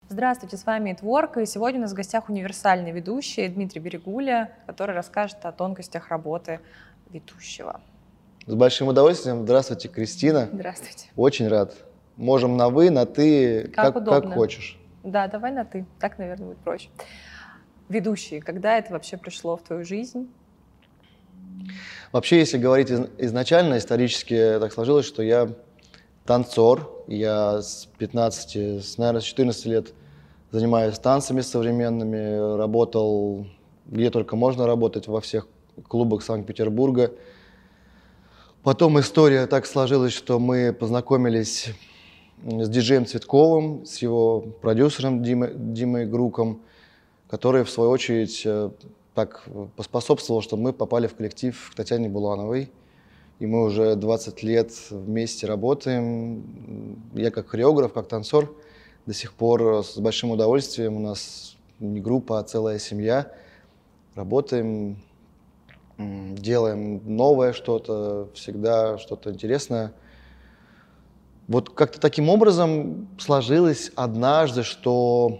Здравствуйте, с вами Итворк, и сегодня у нас в гостях универсальный ведущий Дмитрий Берегуля, который расскажет о тонкостях работы ведущего. С большим удовольствием. Здравствуйте, Кристина. Здравствуйте. Очень рад. Можем на «вы», на «ты», как хочешь. Да, давай на «ты», так, наверное, будет проще. Ведущий, когда это вообще пришло в твою жизнь? Вообще, если говорить изначально, исторически так сложилось, что я танцор. Я с 15, наверное, с 14 лет занимаюсь танцами современными, работал где только можно работать, во всех клубах Санкт-Петербурга. Потом история так сложилась, что мы познакомились с диджеем Цветковым, с его продюсером Димой Груком, который, в свою очередь, так поспособствовал, что мы попали в коллектив к Татьяне Булановой. И мы уже 20 лет вместе работаем. Я как хореограф, как танцор до сих пор с большим удовольствием. У нас не группа, а целая семья. Работаем, делаем новое что-то, всегда что-то интересное. Вот как-то таким образом сложилось однажды, что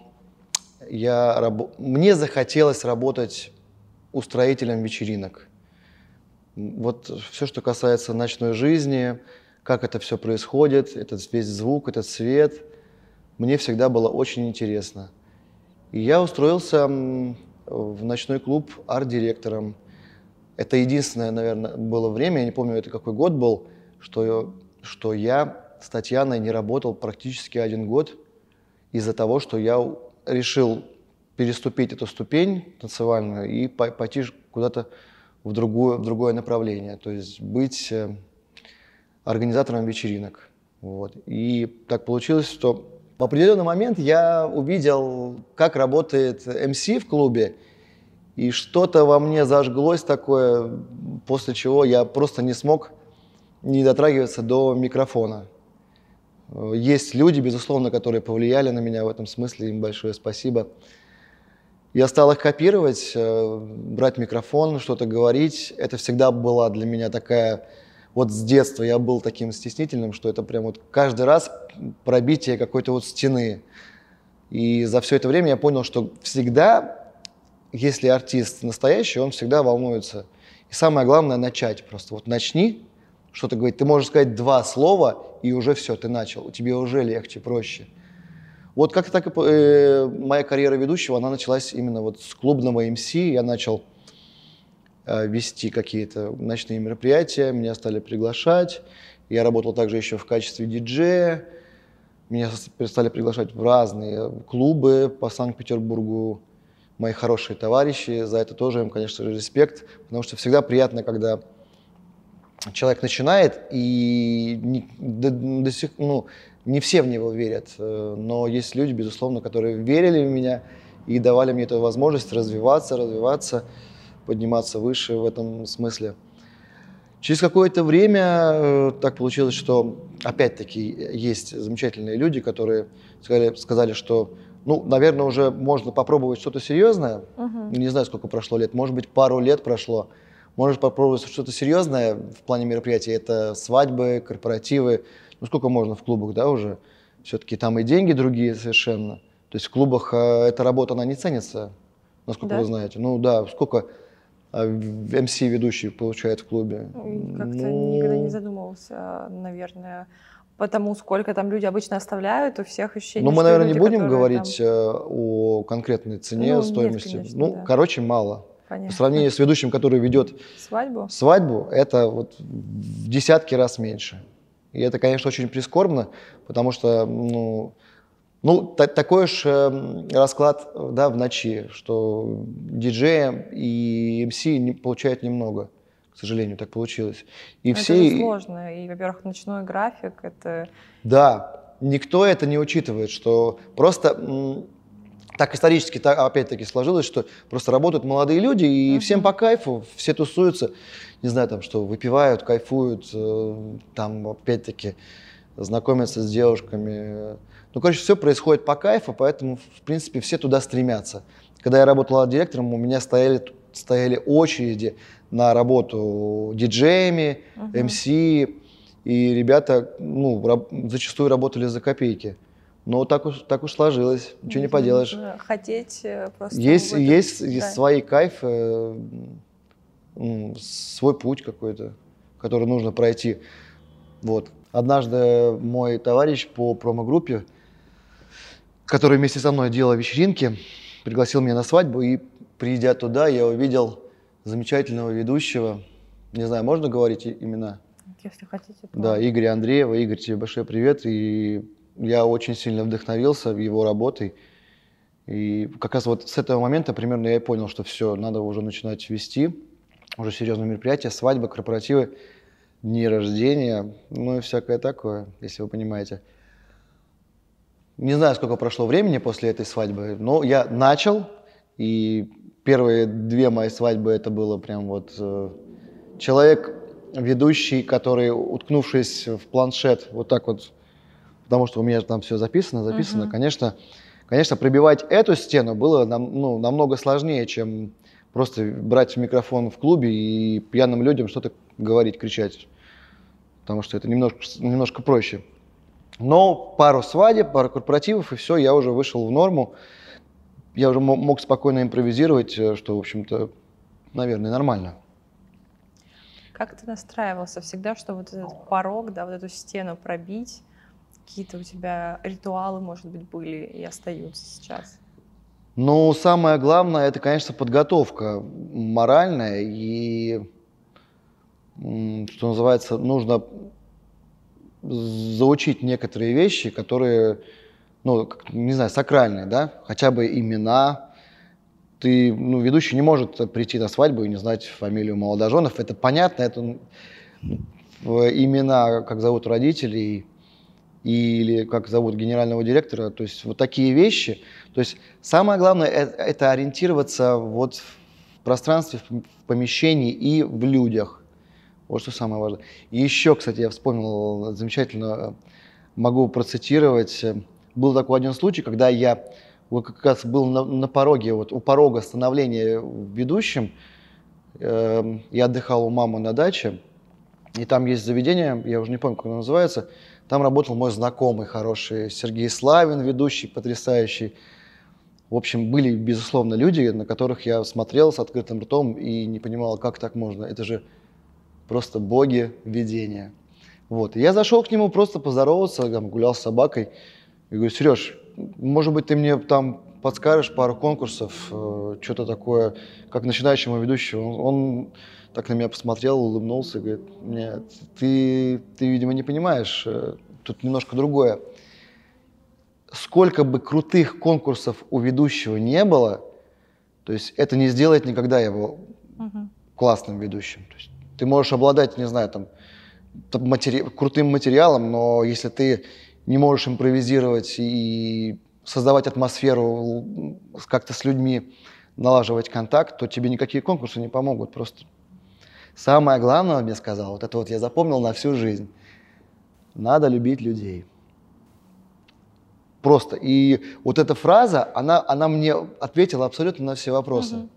мне захотелось работать устроителем вечеринок. Вот все, что касается ночной жизни, как это все происходит, этот весь звук, этот свет, мне всегда было очень интересно. И я устроился в ночной клуб арт-директором. Это единственное, наверное, было время, я не помню, это какой год был, что я с Татьяной не работал практически 1 год из-за того, что я решил переступить эту ступень танцевальную и пойти куда-то в другое направление, то есть быть организатором вечеринок. Вот. И так получилось, что в определенный момент я увидел, как работает МС в клубе, и что-то во мне зажглось такое, после чего я просто не смог не дотрагиваться до микрофона. Есть люди, безусловно, которые повлияли на меня в этом смысле, им большое спасибо. Я стал их копировать, брать микрофон, что-то говорить. Это всегда была для меня такая... Вот с детства я был таким стеснительным, что это прям вот каждый раз пробитие какой-то вот стены. И за все это время я понял, что всегда, если артист настоящий, он всегда волнуется. И самое главное — начать просто. Вот начни что-то говорить. Ты можешь сказать 2 слова, и уже все, ты начал. Тебе уже легче, проще. Вот как-то так моя карьера ведущего, она началась именно вот с клубного МС. Я начал вести какие-то ночные мероприятия, меня стали приглашать. Я работал также еще в качестве диджея. Меня стали приглашать в разные клубы по Санкт-Петербургу. Мои хорошие товарищи, за это тоже им, конечно же, респект, потому что всегда приятно, когда человек начинает, и не все в него верят, но есть люди, безусловно, которые верили в меня и давали мне эту возможность развиваться, подниматься выше в этом смысле. Через какое-то время так получилось, что опять-таки есть замечательные люди, которые сказали, что, наверное, уже можно попробовать что-то серьезное. Не знаю, сколько прошло лет, может быть, пару лет прошло. Можешь попробовать что-то серьезное в плане мероприятий. Это свадьбы, корпоративы. Сколько можно в клубах, да, уже? Все-таки там и деньги другие совершенно. То есть в клубах эта работа, она не ценится, насколько вы знаете. Сколько МС-ведущий получает в клубе? Как-то никогда не задумывался, наверное, потому сколько там люди обычно оставляют, у всех ощущение, мы, наверное, не будем говорить о конкретной цене, стоимости. Нет, конечно, да. Короче, мало. Понятно. По сравнению с ведущим, который ведет свадьбу, это вот в десятки раз меньше. И это, конечно, очень прискорбно, потому что, такой же расклад, да, в ночи, что диджеи и МС получают немного, к сожалению, так получилось. И это же сложно, и, во-первых, ночной график, это... Да, никто это не учитывает, что просто... Так исторически, опять-таки, сложилось, что просто работают молодые люди, и всем по кайфу, все тусуются, не знаю, там, что выпивают, кайфуют, там, опять-таки, знакомятся с девушками. Все происходит по кайфу, поэтому, в принципе, все туда стремятся. Когда я работал арт-директором, у меня стояли очереди на работу диджеями, МС, и ребята, зачастую работали за копейки. Но так уж сложилось, ничего не поделаешь. Нужно хотеть просто... Есть свои кайфы, свой путь какой-то, который нужно пройти. Вот. Однажды мой товарищ по промо-группе, который вместе со мной делал вечеринки, пригласил меня на свадьбу, и, придя туда, я увидел замечательного ведущего. Не знаю, можно говорить имена? Если хотите. То... Да, Игоря Андреева. Игорь, тебе большой привет. И я очень сильно вдохновился его работой. И как раз вот с этого момента примерно я и понял, что все, надо уже начинать вести уже серьезные мероприятия, свадьбы, корпоративы, дни рождения, ну и всякое такое, если вы понимаете. Не знаю, сколько прошло времени после этой свадьбы, но я начал, и первые 2 мои свадьбы это было прям вот человек, ведущий, который, уткнувшись в планшет, вот так вот, потому что у меня там все записано, конечно, пробивать эту стену было намного сложнее, чем просто брать микрофон в клубе и пьяным людям что-то говорить, кричать, потому что это немножко проще. Но пару свадеб, пару корпоративов, и все, я уже вышел в норму. Я уже мог спокойно импровизировать, что, в общем-то, наверное, нормально. Как ты настраивался всегда, чтобы вот этот порог, да, вот эту стену пробить? Какие-то у тебя ритуалы, может быть, были и остаются сейчас? Ну, самое главное, это, конечно, подготовка моральная и, что называется, нужно заучить некоторые вещи, которые, не знаю, сакральные, да, хотя бы имена. Ведущий не может прийти на свадьбу и не знать фамилию молодоженов. Это понятно, это имена, как зовут родителей или как зовут генерального директора. То есть вот такие вещи. То есть самое главное это ориентироваться вот в пространстве, в помещении и в людях. Вот что самое важное. И еще, кстати, я вспомнил замечательно, могу процитировать. Был такой один случай, когда я как раз был на пороге, вот у порога становления ведущим. Я отдыхал у мамы на даче, и там есть заведение, я уже не помню, как оно называется. Там работал мой знакомый хороший Сергей Славин, ведущий, потрясающий. В общем, были, безусловно, люди, на которых я смотрел с открытым ртом и не понимал, как так можно. Это же просто боги ведения. Вот. И я зашел к нему просто поздороваться, там, гулял с собакой. И говорю: Сереж, может быть, ты мне там подскажешь пару конкурсов, что-то такое, как начинающему ведущему. Он так на меня посмотрел, улыбнулся и говорит: нет, ты, видимо, не понимаешь, тут немножко другое. Сколько бы крутых конкурсов у ведущего не было, то есть это не сделает никогда его классным ведущим. То есть ты можешь обладать, не знаю, там, крутым материалом, но если ты не можешь импровизировать и создавать атмосферу, как-то с людьми налаживать контакт, то тебе никакие конкурсы не помогут. Просто самое главное, мне сказал, вот это вот я запомнил на всю жизнь: надо любить людей. Просто. И вот эта фраза, она мне ответила абсолютно на все вопросы.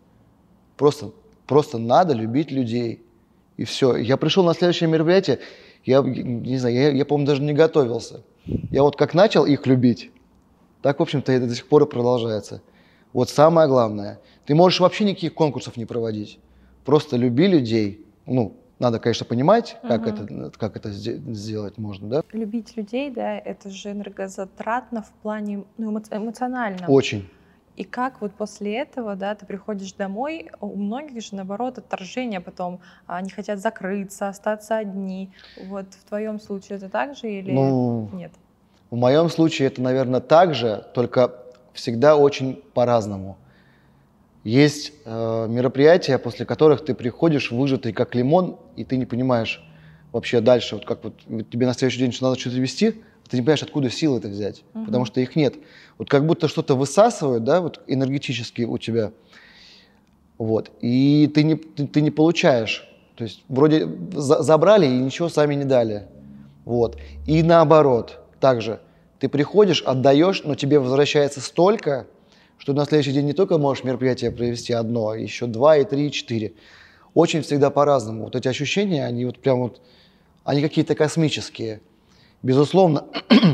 Просто надо любить людей. И все. Я пришел на следующее мероприятие, я не знаю, я, по-моему, даже не готовился. Я вот как начал их любить, так, в общем-то, это до сих пор и продолжается. Вот самое главное. Ты можешь вообще никаких конкурсов не проводить. Просто люби людей. Надо, конечно, понимать, как это сделать можно, да? Любить людей, да, это же энергозатратно в плане эмоциональном. Очень. И как вот после этого, да, ты приходишь домой, у многих же, наоборот, отторжение потом, они хотят закрыться, остаться одни. Вот в твоем случае это так же или нет? В моем случае это, наверное, так же, только всегда очень по-разному. Есть мероприятия, после которых ты приходишь выжатый как лимон, и ты не понимаешь вообще дальше, вот как вот тебе на следующий день надо что-то вести, ты не понимаешь, откуда силы это взять, потому что их нет. Вот как будто что-то высасывают, да, вот энергетически у тебя, вот, и ты не получаешь. То есть вроде забрали и ничего сами не дали. Вот. И наоборот, также ты приходишь, отдаешь, но тебе возвращается столько, что на следующий день не только можешь мероприятие провести одно, а еще 2, и 3, и 4. Очень всегда по-разному. Вот эти ощущения, они вот прям вот, они какие-то космические. Безусловно,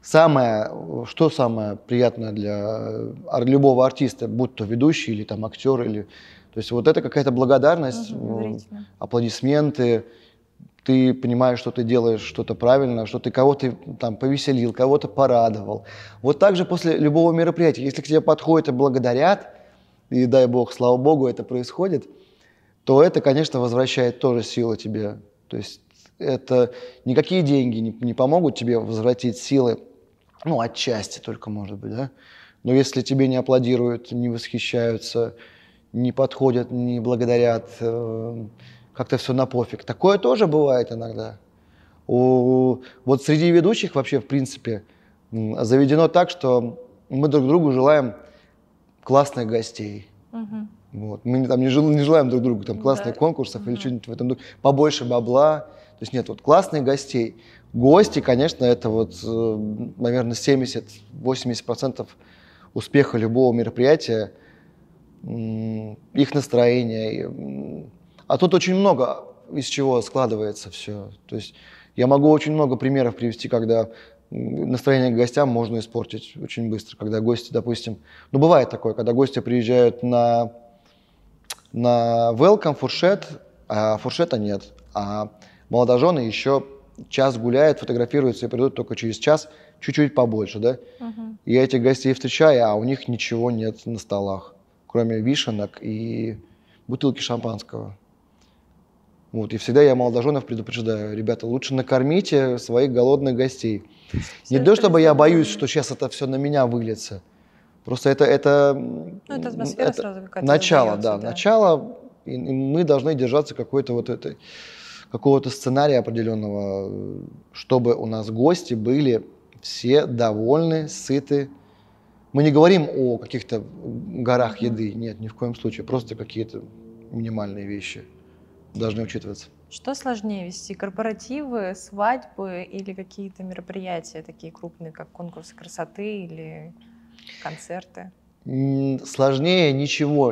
Что самое приятное для любого артиста, будь то ведущий или там актер, или, то есть вот это какая-то благодарность, аплодисменты, ты понимаешь, что ты делаешь что-то правильно, что ты кого-то там повеселил, кого-то порадовал. Вот так же после любого мероприятия, если к тебе подходят и благодарят, и дай бог, слава богу, это происходит, то это, конечно, возвращает тоже силы тебе. То есть это никакие деньги не помогут тебе возвратить силы, ну, отчасти только, может быть, да. Но если тебе не аплодируют, не восхищаются, не подходят, не благодарят, как-то все на пофиг. Такое тоже бывает иногда. Вот среди ведущих вообще, в принципе, заведено так, что мы друг другу желаем классных гостей. Вот. Мы там не желаем друг другу там, классных конкурсов или что-нибудь в этом духе, побольше бабла. То есть нет, вот классных гостей. Гости, конечно, это вот, наверное, 70-80% успеха любого мероприятия, их настроение. А тут очень много из чего складывается все. То есть я могу очень много примеров привести, когда настроение к гостям можно испортить очень быстро. Когда гости, допустим, ну бывает такое, когда гости приезжают на welcome фуршет, а фуршета нет, а молодожены еще час гуляют, фотографируются и придут только через час, чуть-чуть побольше, да? Я этих гостей встречаю, а у них ничего нет на столах, кроме вишенок и бутылки шампанского. Вот, и всегда я молодоженов предупреждаю: ребята, лучше накормите своих голодных гостей. Не то, чтобы я боюсь, что сейчас это все на меня выльется. Просто это атмосфера сразу какая-то начало, да, начало, и мы должны держаться какого-то сценария определенного, чтобы у нас гости были все довольны, сыты. Мы не говорим о каких-то горах еды, нет, ни в коем случае, просто какие-то минимальные вещи должны учитываться. Что сложнее вести, корпоративы, свадьбы или какие-то мероприятия такие крупные, как конкурсы красоты или концерты? Сложнее ничего,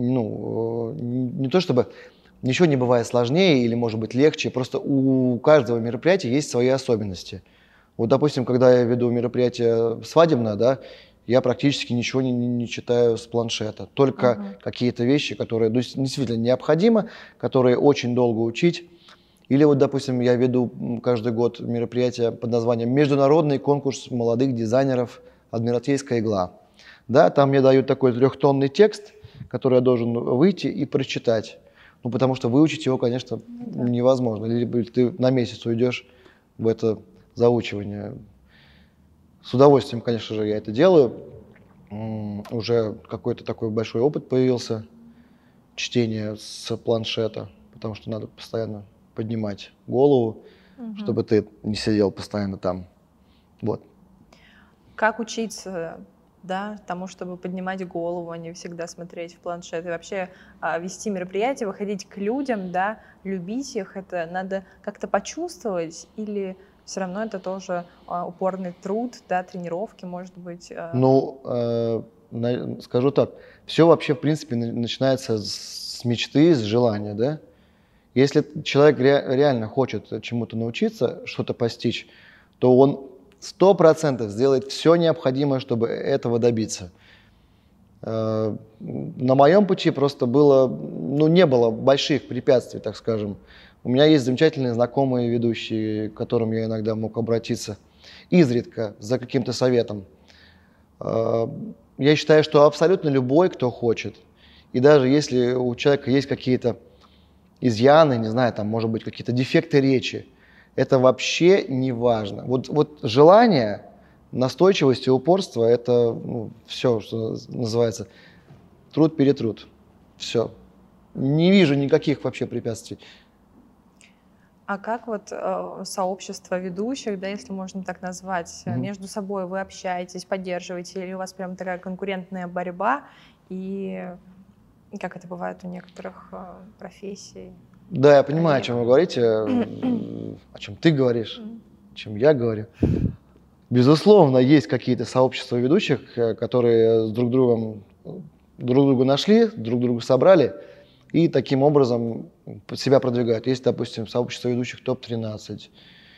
не то чтобы ничего не бывает сложнее или, может быть, легче, просто у каждого мероприятия есть свои особенности. Вот, допустим, когда я веду мероприятие свадебное, да, я практически ничего не читаю с планшета, только какие-то вещи, которые действительно необходимы, которые очень долго учить. Или вот, допустим, я веду каждый год мероприятие под названием «Международный конкурс молодых дизайнеров Адмиралтейская игла». Да, там мне дают такой 3-тонный текст, который я должен выйти и прочитать. Ну, потому что выучить его, конечно, невозможно. Либо ты на месяц уйдешь в это заучивание. С удовольствием, конечно же, я это делаю. Уже какой-то такой большой опыт появился чтения с планшета, потому что надо постоянно поднимать голову, чтобы ты не сидел постоянно там. Вот. Как учиться, да, тому, чтобы поднимать голову, а не всегда смотреть в планшет? И вообще вести мероприятия, выходить к людям, да, любить их, это надо как-то почувствовать или все равно это тоже упорный труд, да, тренировки, может быть? Ну, скажу так, все вообще, в принципе, начинается с мечты, с желания, да? Если человек реально хочет чему-то научиться, что-то постичь, то он 100% сделает все необходимое, чтобы этого добиться. На моем пути просто не было больших препятствий, так скажем. У меня есть замечательные знакомые ведущие, к которым я иногда мог обратиться изредка за каким-то советом. Я считаю, что абсолютно любой, кто хочет, и даже если у человека есть какие-то изъяны, не знаю, там, может быть, какие-то дефекты речи, это вообще не важно. Вот желание, настойчивость и упорство – это все, что называется, труд-перетруд. Все. Не вижу никаких вообще препятствий. А как вот сообщество ведущих, да, если можно так назвать, между собой вы общаетесь, поддерживаете, или у вас прям такая конкурентная борьба, и как это бывает у некоторых профессий? Да, я понимаю, о чем вы говорите, о чем ты говоришь, о чем я говорю. Безусловно, есть какие-то сообщества ведущих, которые друг друга нашли, друг друга собрали и таким образом себя продвигают. Есть, допустим, сообщество ведущих ТОП-13,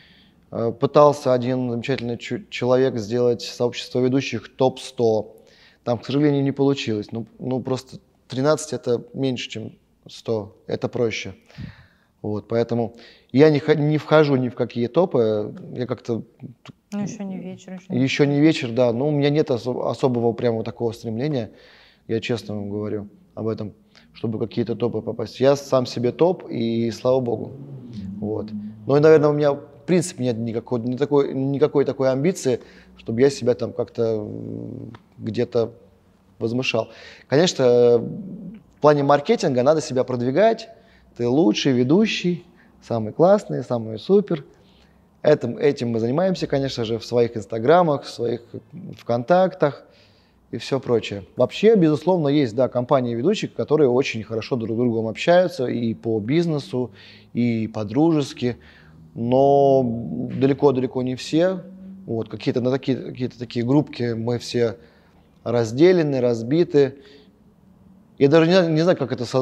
Пытался один замечательный человек сделать сообщество ведущих топ-100. Там, к сожалению, не получилось. Ну, просто 13 – это меньше, чем 100. Это проще. Вот, поэтому я не вхожу ни в какие топы. Я как-то… Ну, еще не вечер. Еще не вечер, да. Но у меня нет особого прямо такого стремления. Я честно вам говорю об этом, чтобы какие-то топы попасть. Я сам себе топ, и слава богу. Вот. Ну и, наверное, у меня в принципе нет никакой такой амбиции, чтобы я себя там как-то где-то возмышал. Конечно, в плане маркетинга надо себя продвигать. Ты лучший ведущий, самый классный, самый супер. Этим мы занимаемся, конечно же, в своих инстаграмах, в своих ВКонтактах и все прочее. Вообще, безусловно, есть, да, компании ведущих, которые очень хорошо друг с другом общаются и по бизнесу, и по-дружески, но далеко-далеко не все. Вот, какие-то такие группки мы все разделены, разбиты. Я даже не знаю, как это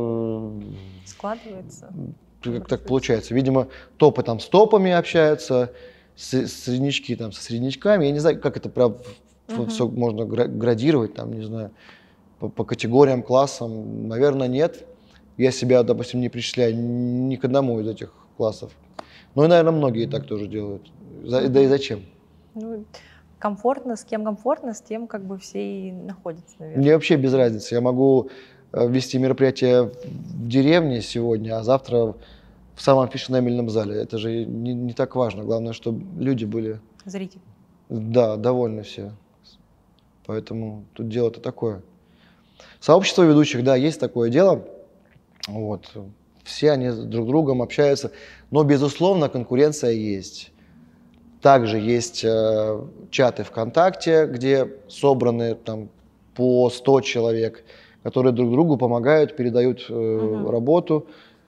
складывается. Как так получается. Видимо, топы там с топами общаются, среднячки там со среднячками. Я не знаю, как это все можно градировать, там, не знаю, по категориям, классам. Наверное, нет. Я себя, допустим, не причисляю ни к одному из этих классов. Ну и, наверное, многие так тоже делают. Да и зачем? Ну, комфортно, с кем комфортно, с тем как бы все и находятся, наверное. Мне вообще без разницы. Я могу вести мероприятие в деревне сегодня, а завтра в самом фешенебельном зале. Это же не так важно. Главное, чтобы люди были… Зрители. Да, довольны все. Поэтому тут дело-то такое. Сообщество ведущих, да, есть такое дело. Вот. Все они друг с другом общаются. Но, безусловно, конкуренция есть. Также есть чаты ВКонтакте, где собраны там по 100 человек, которые друг другу помогают, передают работу,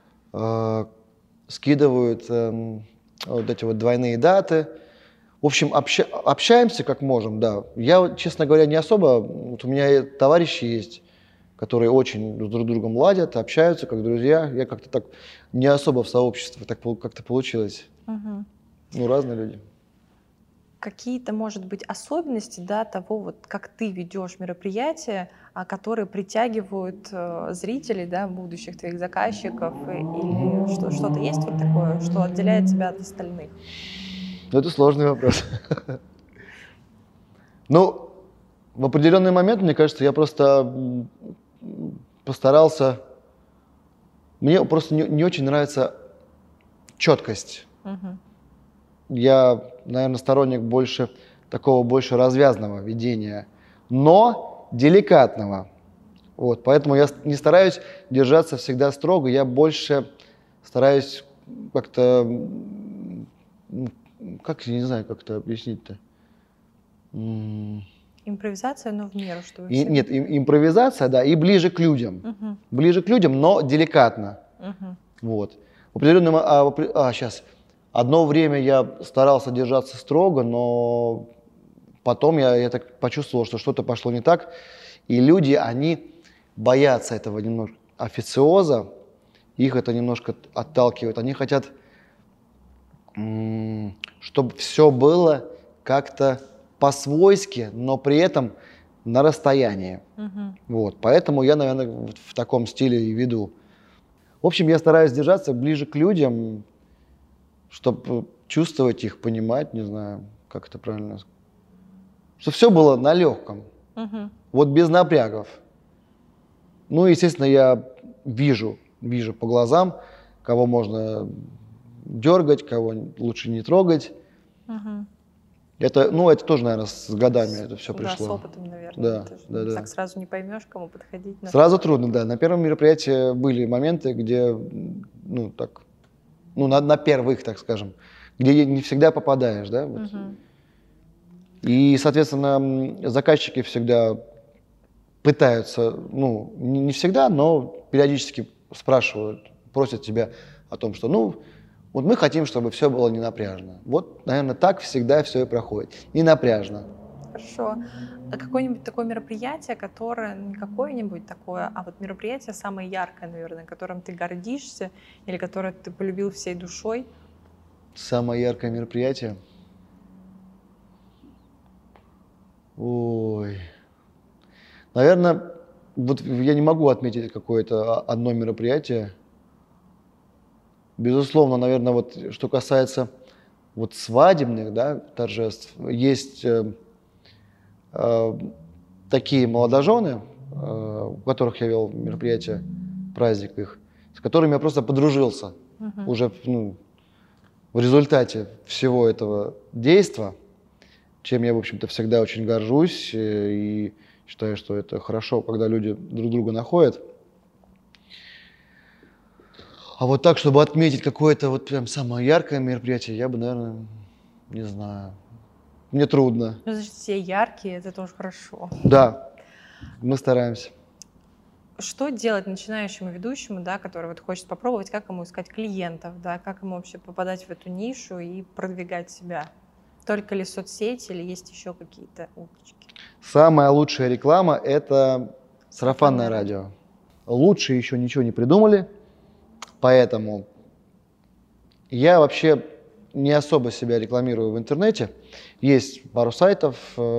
скидывают вот эти вот двойные даты. В общем, общаемся как можем, да. Я, честно говоря, не особо… Вот у меня товарищи есть, которые очень друг с другом ладят, общаются как друзья. Я как-то так не особо в сообществе, так как-то получилось. Ну, разные люди. Какие-то, может быть, особенности, да, того, вот, как ты ведешь мероприятия, которые притягивают зрителей, да, будущих твоих заказчиков, или что-то есть вот такое, что отделяет тебя от остальных? Ну, это сложный вопрос. Ну, в определенный момент, мне кажется, я просто постарался… Мне просто не очень нравится четкость. Я, наверное, сторонник больше развязного ведения, но деликатного. Вот, поэтому я не стараюсь держаться всегда строго, я больше стараюсь как-то… Как, я не знаю, как это объяснить-то. Импровизация, но в меру, что Нет, импровизация, да, и ближе к людям. Ближе к людям, но деликатно. Вот. В определенном… сейчас… Одно время я старался держаться строго, но потом я так почувствовал, что что-то пошло не так. И люди, они боятся этого немножко официоза, их это немножко отталкивает. Они хотят, чтобы все было как-то по-свойски, но при этом на расстоянии. Вот. Поэтому я, наверное, в таком стиле и веду. В общем, я стараюсь держаться ближе к людям, чтобы чувствовать их, понимать, не знаю, как это правильно сказать. Чтобы все было на легком, вот без напрягов. Ну, естественно, я вижу по глазам, кого можно дергать, кого лучше не трогать. Это тоже, наверное, с годами это все пришло. Да, с опытом, наверное. Да. Так сразу не поймешь, кому подходить. Сразу трудно, да. На первом мероприятии были моменты, где, на первых, так скажем, где не всегда попадаешь, да. Вот. И, соответственно, заказчики всегда пытаются, не всегда, но периодически спрашивают, просят тебя о том, что, вот мы хотим, чтобы все было не напряжно. Вот, наверное, так всегда все и проходит. Не напряжно. Хорошо. А какое-нибудь такое мероприятие, которое не какое-нибудь такое, а вот мероприятие самое яркое, наверное, которым ты гордишься или которое ты полюбил всей душой? Самое яркое мероприятие? Ой. Наверное, вот я не могу отметить какое-то одно мероприятие. Безусловно, наверное, вот что касается вот свадебных, да, торжеств, есть такие молодожены, у которых я вел мероприятие, праздник их, с которыми я просто подружился уже в результате всего этого действа, чем я, в общем-то, всегда очень горжусь и считаю, что это хорошо, когда люди друг друга находят. А вот так, чтобы отметить какое-то вот прям самое яркое мероприятие, я бы, наверное, не знаю. Мне трудно. Ну, значит, все яркие, это тоже хорошо. Да, мы стараемся. Что делать начинающему ведущему, да, который вот хочет попробовать, как ему искать клиентов, да, как ему вообще попадать в эту нишу и продвигать себя? Только ли соцсети или есть еще какие-то улочки? Самая лучшая реклама – это сарафанное радио. Лучше еще ничего не придумали, поэтому я вообще не особо себя рекламирую в интернете. Есть пару сайтов,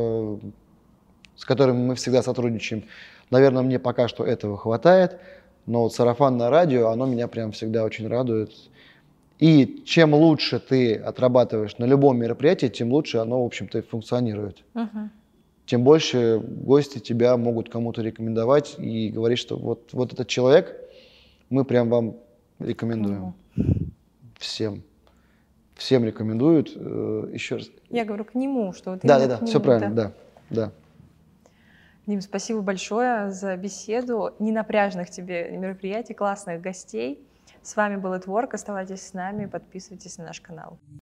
с которыми мы всегда сотрудничаем. Наверное, мне пока что этого хватает, но вот сарафанное радио, оно меня прям всегда очень радует. И чем лучше ты отрабатываешь на любом мероприятии, тем лучше оно, в общем-то, и функционирует. Тем больше гости тебя могут кому-то рекомендовать и говорить, что вот этот человек, мы прям вам рекомендуем. Всем. Всем рекомендуют. Еще раз. Я говорю к нему, что вот Да, все правильно, да. Дим, спасибо большое за беседу, ненапряжных тебе мероприятий, классных гостей. С вами был Эдворк, оставайтесь с нами, подписывайтесь на наш канал.